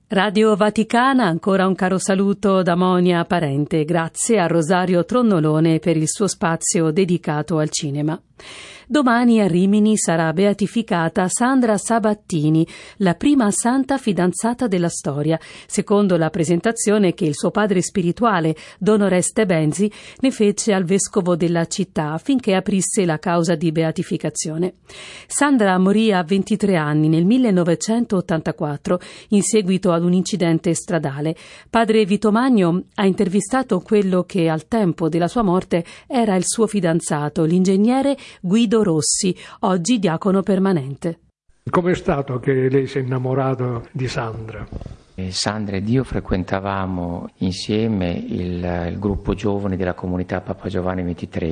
Radio Vaticana, ancora un caro saluto da Monia Parente, grazie a Rosario Tronnolone per il suo spazio dedicato al cinema. Domani a Rimini sarà beatificata Sandra Sabattini, la prima santa fidanzata della storia, secondo la presentazione che il suo padre spirituale, Don Oreste Benzi, ne fece al vescovo della città affinché aprisse la causa di beatificazione. Sandra morì a 23 anni nel 1984 in seguito ad un incidente stradale. Padre Vito Magno ha intervistato quello che al tempo della sua morte era il suo fidanzato, l'ingegnere Guido Rossi, oggi diacono permanente. Com'è stato che lei si è innamorato di Sandra? Sandra ed io frequentavamo insieme il gruppo giovani della comunità Papa Giovanni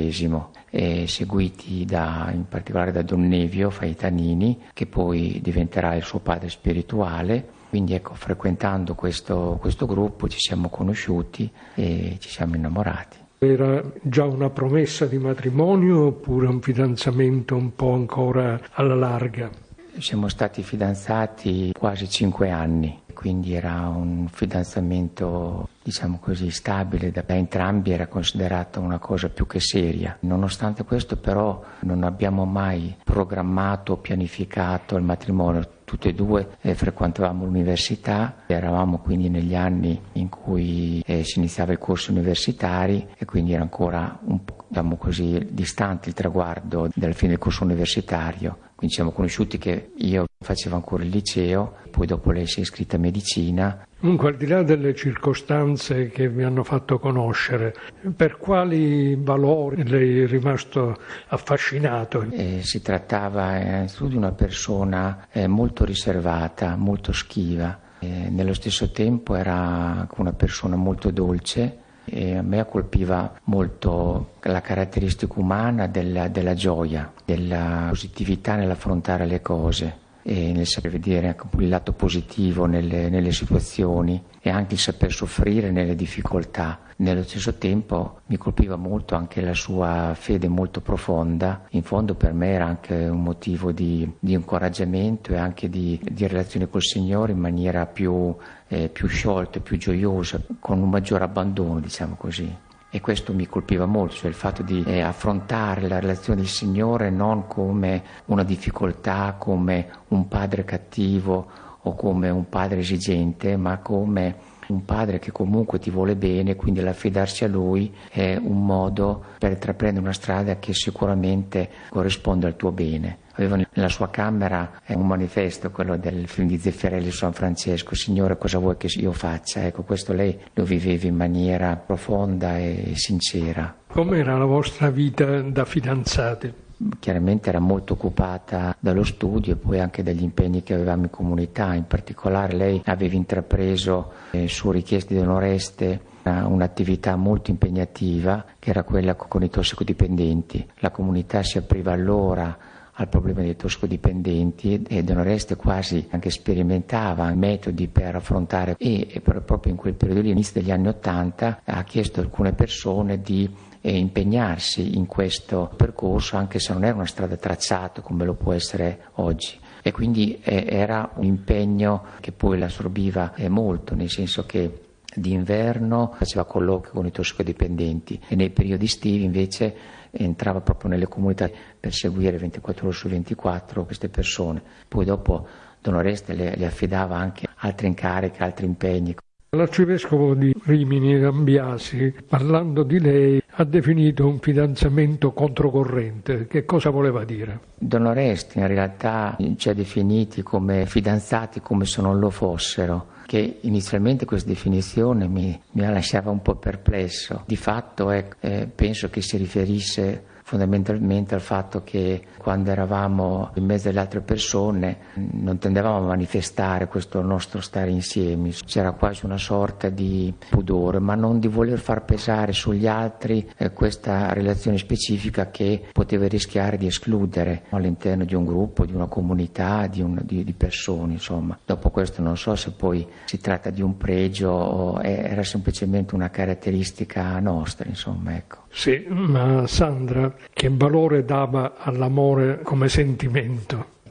XXIII, seguiti in particolare da Don Nevio Faitanini, che poi diventerà il suo padre spirituale. Quindi ecco, frequentando questo gruppo ci siamo conosciuti e ci siamo innamorati. Era già una promessa di matrimonio oppure un fidanzamento un po' ancora alla larga? Siamo stati fidanzati quasi 5 anni, quindi era un fidanzamento, diciamo così, stabile, da entrambi era considerato una cosa più che seria. Nonostante questo però non abbiamo mai programmato o pianificato il matrimonio. Tutti e due frequentavamo l'università, eravamo quindi negli anni in cui si iniziava i corsi universitari e quindi era ancora un po', diciamo così, distante il traguardo della fine del corso universitario. Quindi ci siamo conosciuti che io facevo ancora il liceo, poi dopo lei si è iscritta a medicina. Comunque, al di là delle circostanze che vi hanno fatto conoscere, per quali valori lei è rimasto affascinato? Si trattava innanzitutto di una persona molto riservata, molto schiva. Nello stesso tempo era una persona molto dolce e a me colpiva molto la caratteristica umana della gioia, della positività nell'affrontare le cose e nel saper vedere anche il lato positivo nelle situazioni e anche il saper soffrire nelle difficoltà. Nello stesso tempo mi colpiva molto anche la sua fede molto profonda. In fondo per me era anche un motivo di incoraggiamento e anche di relazione col Signore in maniera più sciolta, più gioiosa, con un maggior abbandono, diciamo così. E questo mi colpiva molto, cioè il fatto di affrontare la relazione del Signore non come una difficoltà, come un padre cattivo o come un padre esigente, ma come un padre che comunque ti vuole bene, quindi l'affidarsi a Lui è un modo per intraprendere una strada che sicuramente corrisponde al tuo bene. Aveva nella sua camera un manifesto, quello del film di Zeffirelli su San Francesco: Signore, cosa vuoi che io faccia? Ecco, questo lei lo viveva in maniera profonda e sincera. Com'era la vostra vita da fidanzati? Chiaramente era molto occupata dallo studio e poi anche dagli impegni che avevamo in comunità. In particolare lei aveva intrapreso, su richiesta di Don Oreste, un'attività molto impegnativa che era quella con i tossicodipendenti. La comunità si apriva allora al problema dei tossicodipendenti e Don Oreste quasi anche sperimentava metodi per affrontare e proprio in quel periodo lì, inizio degli anni '80, ha chiesto a alcune persone di impegnarsi in questo percorso, anche se non era una strada tracciata come lo può essere oggi. E quindi era un impegno che poi l'assorbiva molto, nel senso che d'inverno faceva colloqui con i tossicodipendenti e nei periodi estivi invece entrava proprio nelle comunità per seguire 24 ore su 24 queste persone. Poi dopo Don Oreste le affidava anche altri incarichi, altri impegni. L'arcivescovo di Rimini Rambiasi, parlando di lei, ha definito un fidanzamento controcorrente. Che cosa voleva dire? Don Oreste in realtà ci ha definiti come fidanzati come se non lo fossero, che inizialmente questa definizione mi lasciava un po' perplesso. Di fatto penso che si riferisse fondamentalmente al fatto che quando eravamo in mezzo alle altre persone non tendevamo a manifestare questo nostro stare insieme, c'era quasi una sorta di pudore, ma non di voler far pesare sugli altri questa relazione specifica che poteva rischiare di escludere all'interno di un gruppo, di una comunità, di persone, insomma. Dopo questo non so se poi si tratta di un pregio o era semplicemente una caratteristica nostra, insomma, ecco. Sì, ma Sandra che valore dava all'amore come sentimento?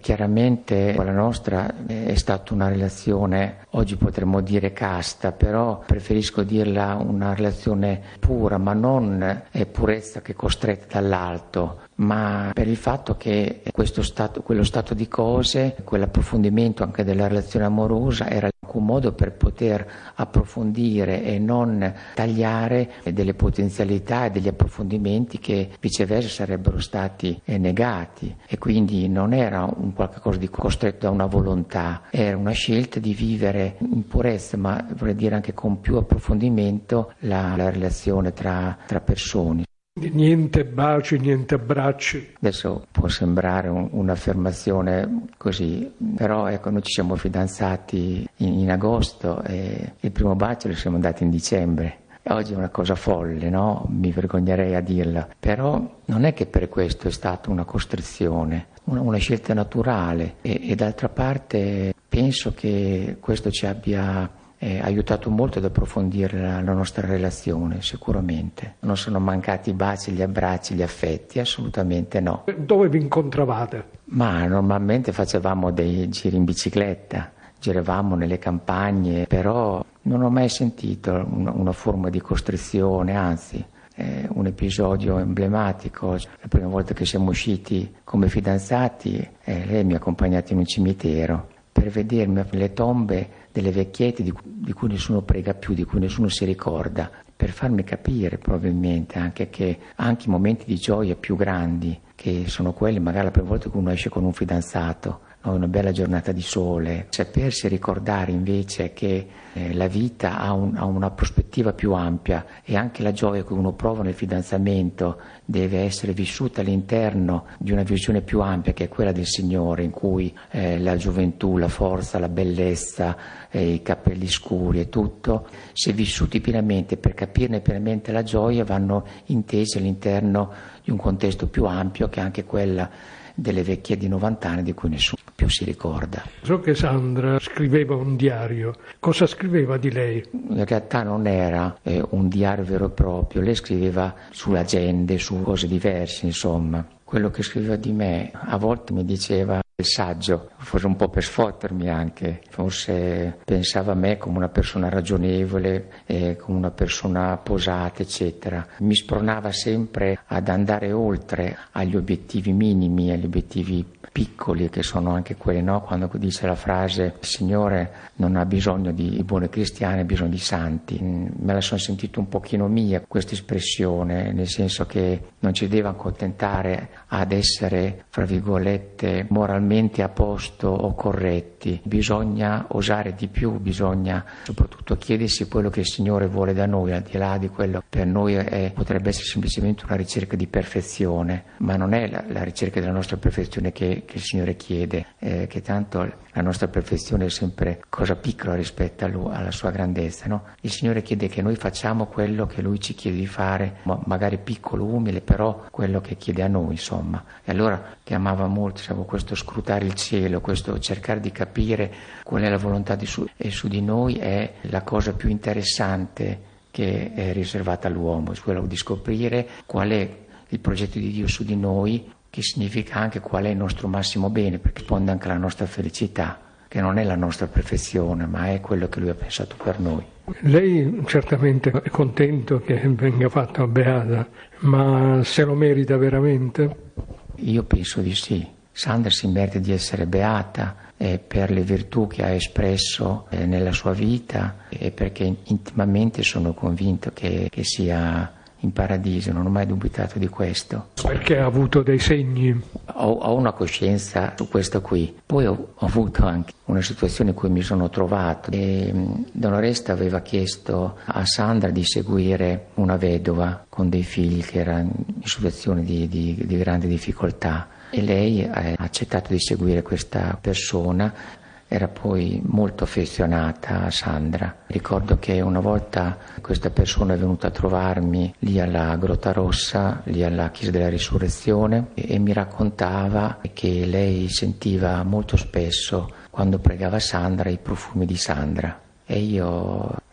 Chiaramente la nostra è stata una relazione, oggi potremmo dire casta, però preferisco dirla una relazione pura, ma non purezza che è costretta dall'alto, ma per il fatto che quello stato di cose, quell'approfondimento anche della relazione amorosa era un modo per poter approfondire e non tagliare delle potenzialità e degli approfondimenti che viceversa sarebbero stati negati, e quindi non era un qualche cosa di costretto da una volontà, era una scelta di vivere in purezza, ma vorrei dire anche con più approfondimento la relazione tra persone. Niente baci, niente abbracci. Adesso può sembrare un'affermazione così, però ecco, noi ci siamo fidanzati in agosto e il primo bacio lo siamo dati in dicembre. Oggi è una cosa folle, no? Mi vergognerei a dirla, però non è che per questo è stata una costrizione, una scelta naturale e d'altra parte penso che questo ci abbia aiutato molto ad approfondire la nostra relazione, sicuramente. Non sono mancati i baci, gli abbracci, gli affetti, assolutamente no. Dove vi incontravate? Ma normalmente facevamo dei giri in bicicletta, giravamo nelle campagne, però non ho mai sentito una forma di costrizione, anzi un episodio emblematico. La prima volta che siamo usciti come fidanzati, lei mi ha accompagnato in un cimitero per vedermi le tombe delle vecchiette di cui nessuno prega più, di cui nessuno si ricorda, per farmi capire probabilmente anche che anche i momenti di gioia più grandi, che sono quelli magari la prima volta che uno esce con un fidanzato, una bella giornata di sole, sapersi ricordare invece che la vita ha una prospettiva più ampia e anche la gioia che uno prova nel fidanzamento deve essere vissuta all'interno di una visione più ampia che è quella del Signore, in cui la gioventù, la forza, la bellezza, i capelli scuri e tutto, se vissuti pienamente per capirne pienamente la gioia, vanno intesi all'interno di un contesto più ampio che è anche quella delle vecchie di 90 anni di cui nessuno più si ricorda. So che Sandra scriveva un diario. Cosa scriveva di lei? In realtà non era un diario vero e proprio, lei scriveva sulle agende, su cose diverse, insomma. Quello che scriveva di me a volte mi diceva il saggio, forse un po' per sfottermi anche, forse pensava a me come una persona ragionevole, come una persona posata, eccetera. Mi spronava sempre ad andare oltre agli obiettivi minimi, agli obiettivi piccoli, che sono anche quelli, no? Quando dice la frase il Signore non ha bisogno di buoni cristiani, ha bisogno di santi. Me la sono sentita un pochino mia questa espressione, nel senso che non ci deve accontentare ad essere, fra virgolette, moralmente a posto o corretti. Bisogna osare di più, bisogna soprattutto chiedersi quello che il Signore vuole da noi, al di là di quello che per noi potrebbe essere semplicemente una ricerca di perfezione, ma non è la ricerca della nostra perfezione che il Signore chiede, che tanto la nostra perfezione è sempre cosa piccola rispetto alla sua grandezza, no? Il Signore chiede che noi facciamo quello che Lui ci chiede di fare, magari piccolo, umile, però quello che chiede a noi, insomma. E allora chiamava molto, questo scrutare il cielo, questo cercare di capire qual è la volontà su di noi è la cosa più interessante che è riservata all'uomo, quello di scoprire qual è il progetto di Dio su di noi, che significa anche qual è il nostro massimo bene, perché risponde anche alla nostra felicità, che non è la nostra perfezione, ma è quello che Lui ha pensato per noi. Lei certamente è contento che venga fatta beata, ma se lo merita veramente? Io penso di sì. Sandra si merita di essere beata per le virtù che ha espresso nella sua vita e perché intimamente sono convinto che sia in paradiso, non ho mai dubitato di questo. Perché ha avuto dei segni? Ho una coscienza su questo qui. Poi ho avuto anche una situazione in cui mi sono trovato e Don Oreste aveva chiesto a Sandra di seguire una vedova con dei figli che erano in situazioni di grande difficoltà e lei ha accettato di seguire questa persona. Era poi molto affezionata a Sandra. Ricordo che una volta questa persona è venuta a trovarmi lì alla Grotta Rossa, lì alla Chiesa della Risurrezione, e mi raccontava che lei sentiva molto spesso, quando pregava Sandra, i profumi di Sandra. E io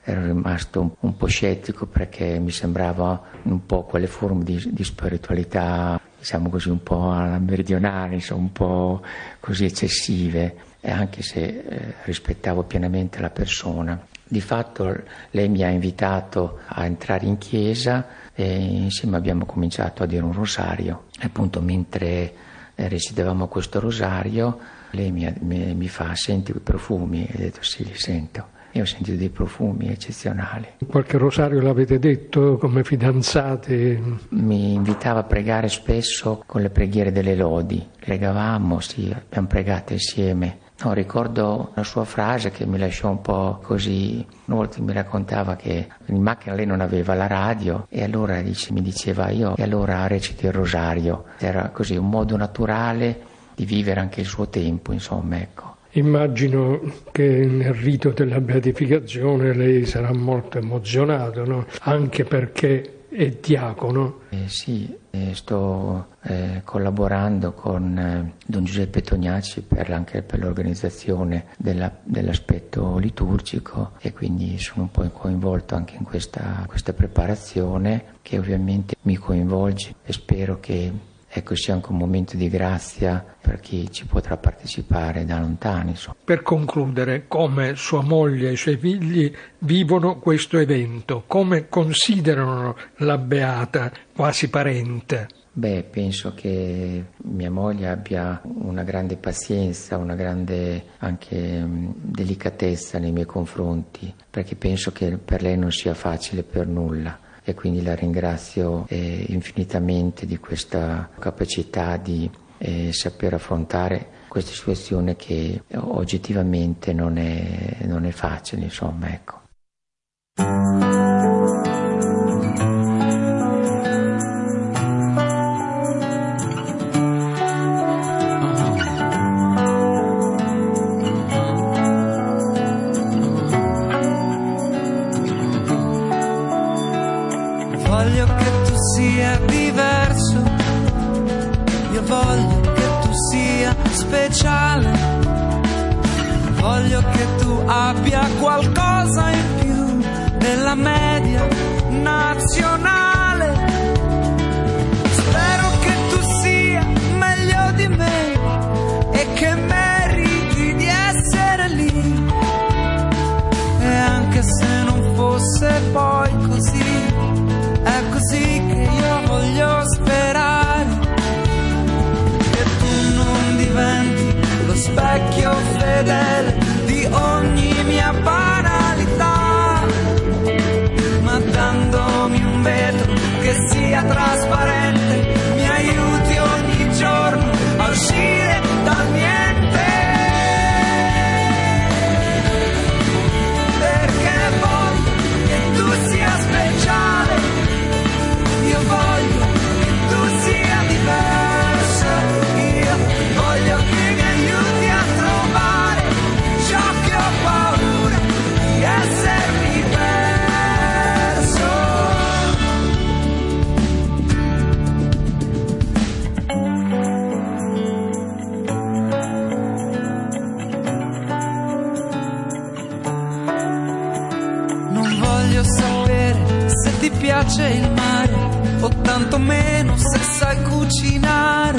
ero rimasto un po' scettico, perché mi sembrava un po' quelle forme di spiritualità, diciamo così, un po' alla meridionale, insomma, un po' così eccessive, e anche se rispettavo pienamente la persona. Di fatto lei mi ha invitato a entrare in chiesa e insieme abbiamo cominciato a dire un rosario. E appunto mentre recitavamo questo rosario lei mi fa: senti quei profumi? E ho detto sì, li sento. E ho sentito dei profumi eccezionali. Qualche rosario l'avete detto come fidanzati? Mi invitava a pregare spesso con le preghiere delle lodi. Pregavamo, sì, abbiamo pregato insieme. Ricordo una sua frase che mi lasciò un po' così. Una volta mi raccontava che in macchina lei non aveva la radio e allora mi diceva: io e allora reciti il rosario. Era così un modo naturale di vivere anche il suo tempo, insomma, ecco. Immagino che nel rito della beatificazione lei sarà molto emozionato, no? Anche perché è diacono. Sì, sto collaborando con Don Giuseppe Tognacci anche per l'organizzazione dell'aspetto liturgico, e quindi sono un po' coinvolto anche in questa preparazione, che ovviamente mi coinvolge, e spero che sia anche un momento di grazia per chi ci potrà partecipare da lontano, insomma. Per concludere, come sua moglie e i suoi figli vivono questo evento? Come considerano la Beata quasi parente? Penso che mia moglie abbia una grande pazienza, una grande anche delicatezza nei miei confronti, perché penso che per lei non sia facile per nulla. E quindi la ringrazio infinitamente di questa capacità di saper affrontare questa situazione che oggettivamente non è facile, insomma, ecco. Voglio che tu sia diverso, io voglio che tu sia speciale, voglio che tu abbia qualcosa in più della media nazionale. Spero che tu sia meglio di me e che meriti di essere lì, e anche se non fosse poi così, è così che io voglio sperare, che tu non diventi lo specchio fedele di ogni mia banalità, ma dandomi un vetro che sia trasparente, mi aiuti ogni giorno a uscire dal niente, perché voglio che tu sia speciale. Io voglio che tu sia diverso, io voglio che mi aiuti a trovare ciò che ho paura di essermi perso. Non voglio sapere se ti piace il mare, o tantomeno se sai cucinare.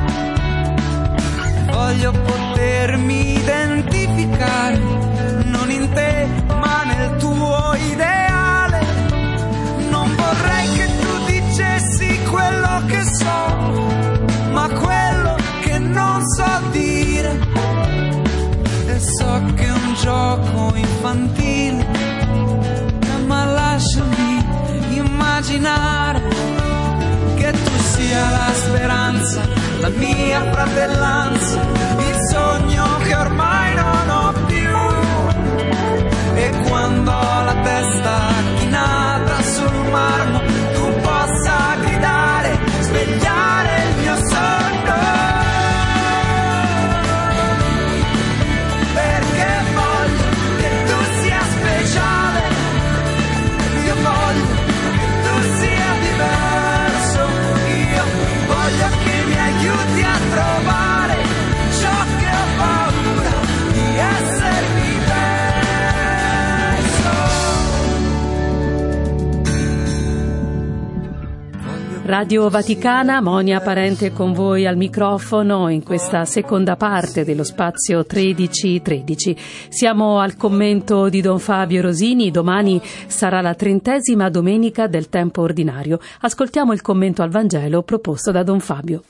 Voglio potermi identificare, non in te ma nel tuo ideale. Non vorrei che tu dicessi quello che so, ma quello che non so dire. E so che è un gioco infantile, ma lasciami immaginare che tu sia la speranza, la mia fratellanza, il sogno che ormai non ho più. E quando ho la testa chinata sul marmo, tu possa gridare, svegliare il mio sonno, perché voglio che tu sia speciale, io voglio che tu sia diverso, io voglio che mi aiuti a trovare ciò che ho paura Radio Vaticana, Monia Parente con voi al microfono in questa seconda parte dello spazio 1313. Siamo al commento di Don Fabio Rosini. Domani sarà la 30ª domenica del tempo ordinario. Ascoltiamo il commento al Vangelo proposto da Don Fabio.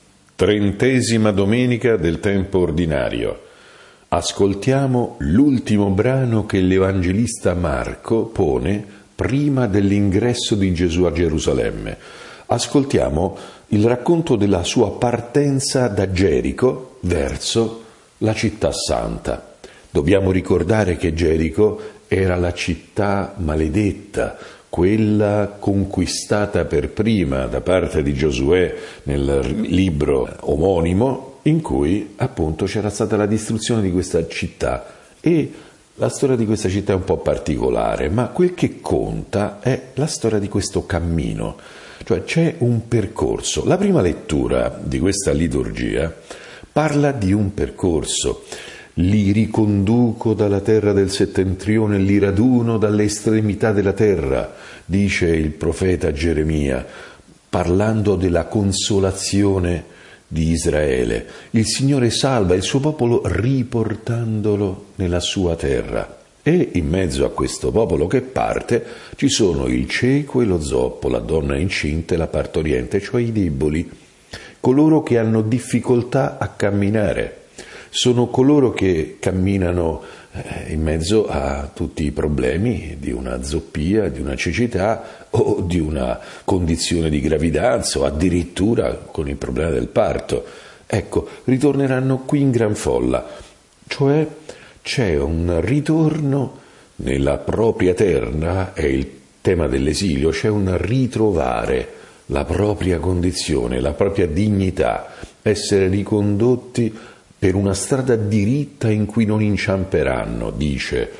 30ª domenica del tempo ordinario. Ascoltiamo l'ultimo brano che l'Evangelista Marco pone prima dell'ingresso di Gesù a Gerusalemme. Ascoltiamo il racconto della sua partenza da Gerico verso la città santa. Dobbiamo ricordare che Gerico era la città maledetta, quella conquistata per prima da parte di Giosuè nel libro omonimo, in cui appunto c'era stata la distruzione di questa città. E la storia di questa città è un po' particolare, ma quel che conta è la storia di questo cammino. Cioè c'è un percorso. La prima lettura di questa liturgia parla di un percorso. Li riconduco dalla terra del settentrione, li raduno dalle estremità della terra, dice il profeta Geremia, parlando della consolazione di Israele. Il Signore salva il suo popolo riportandolo nella sua terra. E in mezzo a questo popolo che parte ci sono il cieco e lo zoppo, la donna incinta e la partoriente, cioè i deboli, coloro che hanno difficoltà a camminare. Sono coloro che camminano in mezzo a tutti i problemi di una zoppia, di una cecità o di una condizione di gravidanza o addirittura con il problema del parto. Ecco, ritorneranno qui in gran folla, cioè c'è un ritorno nella propria terra, è il tema dell'esilio, c'è un ritrovare la propria condizione, la propria dignità, essere ricondotti per una strada diritta in cui non inciamperanno, dice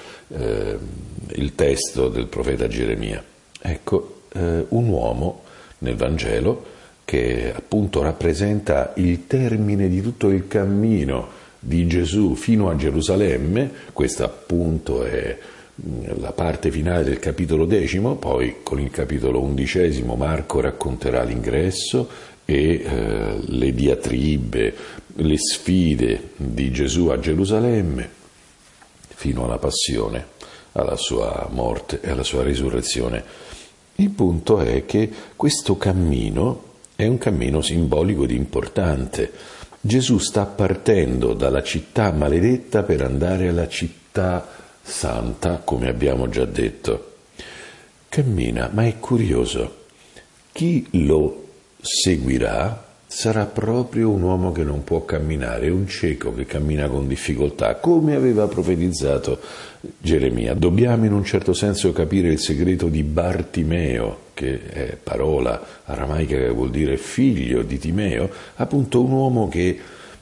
il testo del profeta Geremia. Ecco, un uomo nel Vangelo che appunto rappresenta il termine di tutto il cammino di Gesù fino a Gerusalemme. Questa appunto è la parte finale del capitolo 10, poi con il capitolo 11 Marco racconterà l'ingresso e le diatribe, le sfide di Gesù a Gerusalemme fino alla passione, alla sua morte e alla sua risurrezione. Il punto è che questo cammino è un cammino simbolico ed importante. Gesù sta partendo dalla città maledetta per andare alla città santa, come abbiamo già detto. Cammina, ma è curioso. Chi lo seguirà sarà proprio un uomo che non può camminare, un cieco che cammina con difficoltà, come aveva profetizzato Geremia. Dobbiamo in un certo senso capire il segreto di Bartimeo, che è parola aramaica che vuol dire figlio di Timeo, appunto un uomo che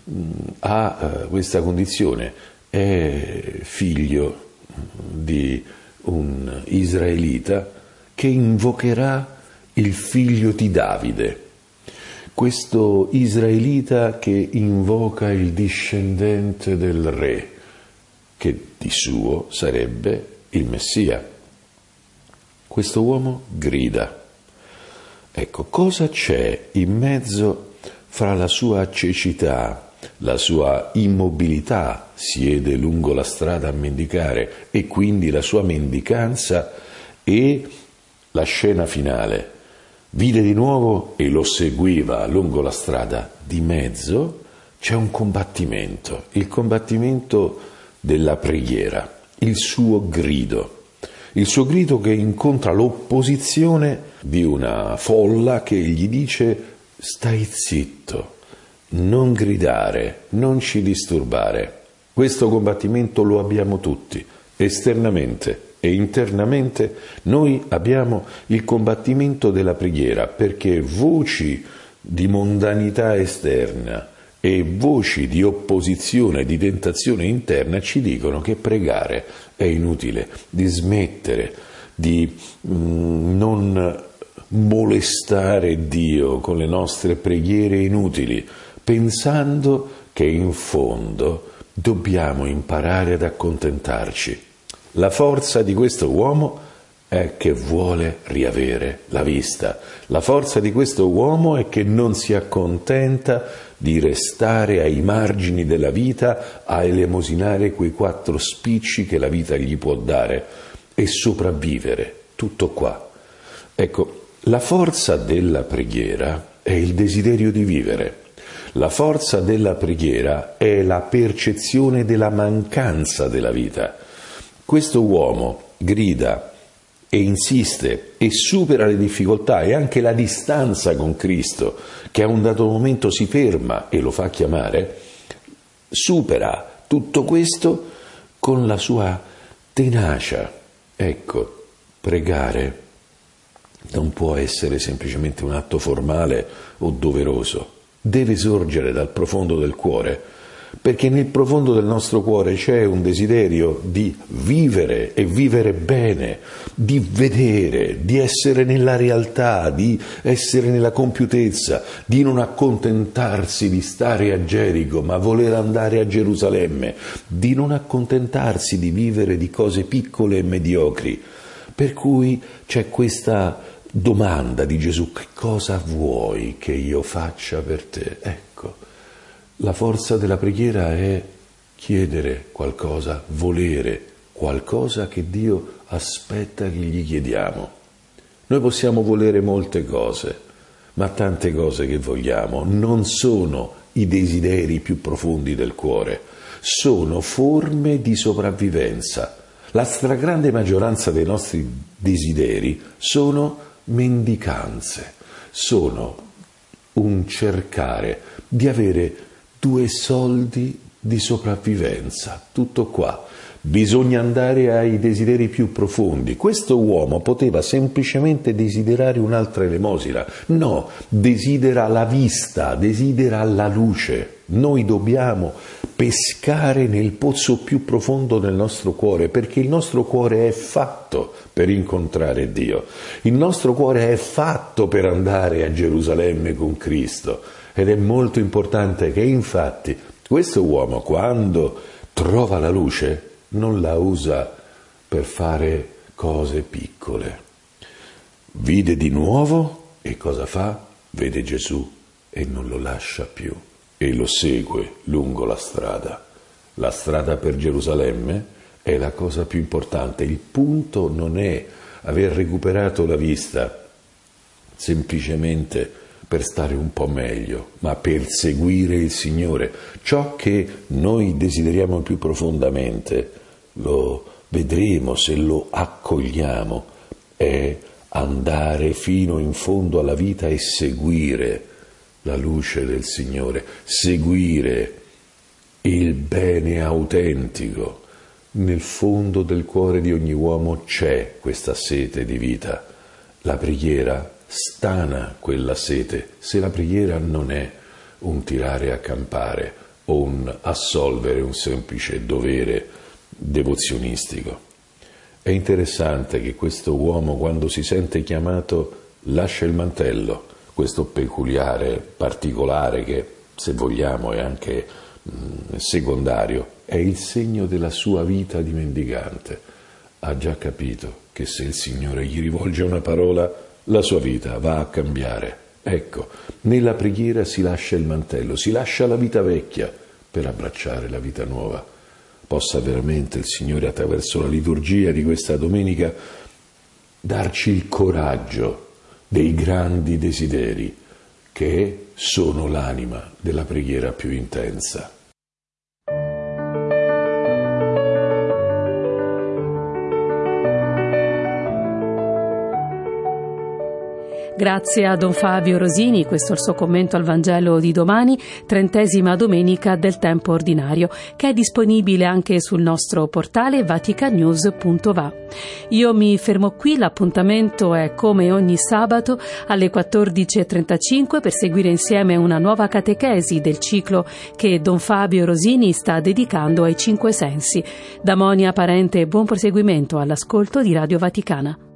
ha questa condizione, è figlio di un israelita che invocherà il figlio di Davide. Questo israelita che invoca il discendente del re, che di suo sarebbe il Messia. Questo uomo grida. Ecco, cosa c'è in mezzo fra la sua cecità, la sua immobilità, siede lungo la strada a mendicare, e quindi la sua mendicanza, e la scena finale? Vide di nuovo e lo seguiva lungo la strada. Di mezzo c'è un combattimento, il combattimento della preghiera, il suo grido che incontra l'opposizione di una folla che gli dice: stai zitto, non gridare, non ci disturbare. Questo combattimento lo abbiamo tutti, esternamente e internamente. Noi abbiamo il combattimento della preghiera, perché voci di mondanità esterna e voci di opposizione, di tentazione interna ci dicono che pregare è inutile, di smettere, di non molestare Dio con le nostre preghiere inutili, pensando che in fondo dobbiamo imparare ad accontentarci. La forza di questo uomo è che vuole riavere la vista. La forza di questo uomo è che non si accontenta di restare ai margini della vita a elemosinare quei 4 spicci che la vita gli può dare e sopravvivere. Tutto qua. Ecco, la forza della preghiera è il desiderio di vivere. La forza della preghiera è la percezione della mancanza della vita. Questo uomo grida e insiste e supera le difficoltà e anche la distanza con Cristo, che a un dato momento si ferma e lo fa chiamare, supera tutto questo con la sua tenacia. Ecco, pregare non può essere semplicemente un atto formale o doveroso, deve sorgere dal profondo del cuore, perché nel profondo del nostro cuore c'è un desiderio di vivere e vivere bene, di vedere, di essere nella realtà, di essere nella compiutezza, di non accontentarsi di stare a Gerico, ma voler andare a Gerusalemme, di non accontentarsi di vivere di cose piccole e mediocri. Per cui c'è questa domanda di Gesù: che cosa vuoi che io faccia per te? Ecco, la forza della preghiera è chiedere qualcosa, volere qualcosa che Dio aspetta che gli chiediamo. Noi possiamo volere molte cose, ma tante cose che vogliamo non sono i desideri più profondi del cuore, sono forme di sopravvivenza. La stragrande maggioranza dei nostri desideri sono mendicanze, sono un cercare di avere 2 soldi di sopravvivenza, tutto qua. Bisogna andare ai desideri più profondi. Questo uomo poteva semplicemente desiderare un'altra elemosina. No, desidera la vista, desidera la luce. Noi dobbiamo pescare nel pozzo più profondo del nostro cuore, perché il nostro cuore è fatto per incontrare Dio. Il nostro cuore è fatto per andare a Gerusalemme con Cristo. Ed è molto importante che infatti questo uomo, quando trova la luce, non la usa per fare cose piccole. Vide di nuovo e cosa fa? Vede Gesù e non lo lascia più e lo segue lungo la strada. La strada per Gerusalemme è la cosa più importante. Il punto non è aver recuperato la vista semplicemente per stare un po' meglio, ma per seguire il Signore. Ciò che noi desideriamo più profondamente, lo vedremo se lo accogliamo, è andare fino in fondo alla vita e seguire la luce del Signore, seguire il bene autentico. Nel fondo del cuore di ogni uomo c'è questa sete di vita. La preghiera stana quella sete. Se la preghiera non è un tirare a campare o un assolvere un semplice dovere devozionistico. È interessante che questo uomo, quando si sente chiamato, lascia il mantello, questo peculiare, particolare, che se vogliamo è anche secondario, è il segno della sua vita di mendicante. Ha già capito che se il Signore gli rivolge una parola, la sua vita va a cambiare. Ecco, nella preghiera si lascia il mantello, si lascia la vita vecchia per abbracciare la vita nuova. Possa veramente il Signore, attraverso la liturgia di questa domenica, darci il coraggio dei grandi desideri che sono l'anima della preghiera più intensa. Grazie a Don Fabio Rosini, questo è il suo commento al Vangelo di domani, 30ª domenica del tempo ordinario, che è disponibile anche sul nostro portale vaticanews.va. Io mi fermo qui, l'appuntamento è come ogni sabato alle 14.35 per seguire insieme una nuova catechesi del ciclo che Don Fabio Rosini sta dedicando ai 5 sensi. Da Monia Parente, buon proseguimento all'ascolto di Radio Vaticana.